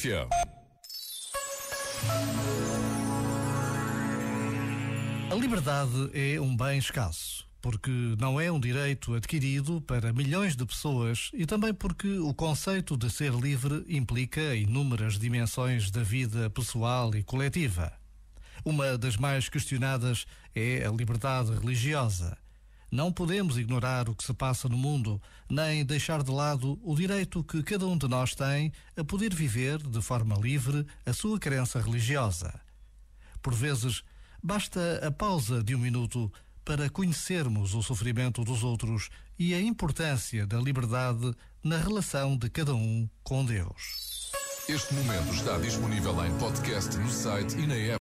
FM. A liberdade é um bem escasso, porque não é um direito adquirido para milhões de pessoas e também porque o conceito de ser livre implica inúmeras dimensões da vida pessoal e coletiva. Uma das mais questionadas é a liberdade religiosa. Não podemos ignorar o que se passa no mundo, nem deixar de lado o direito que cada um de nós tem a poder viver de forma livre a sua crença religiosa. Por vezes, basta a pausa de um minuto para conhecermos o sofrimento dos outros e a importância da liberdade na relação de cada um com Deus. Este momento está disponível em podcast no site e na app.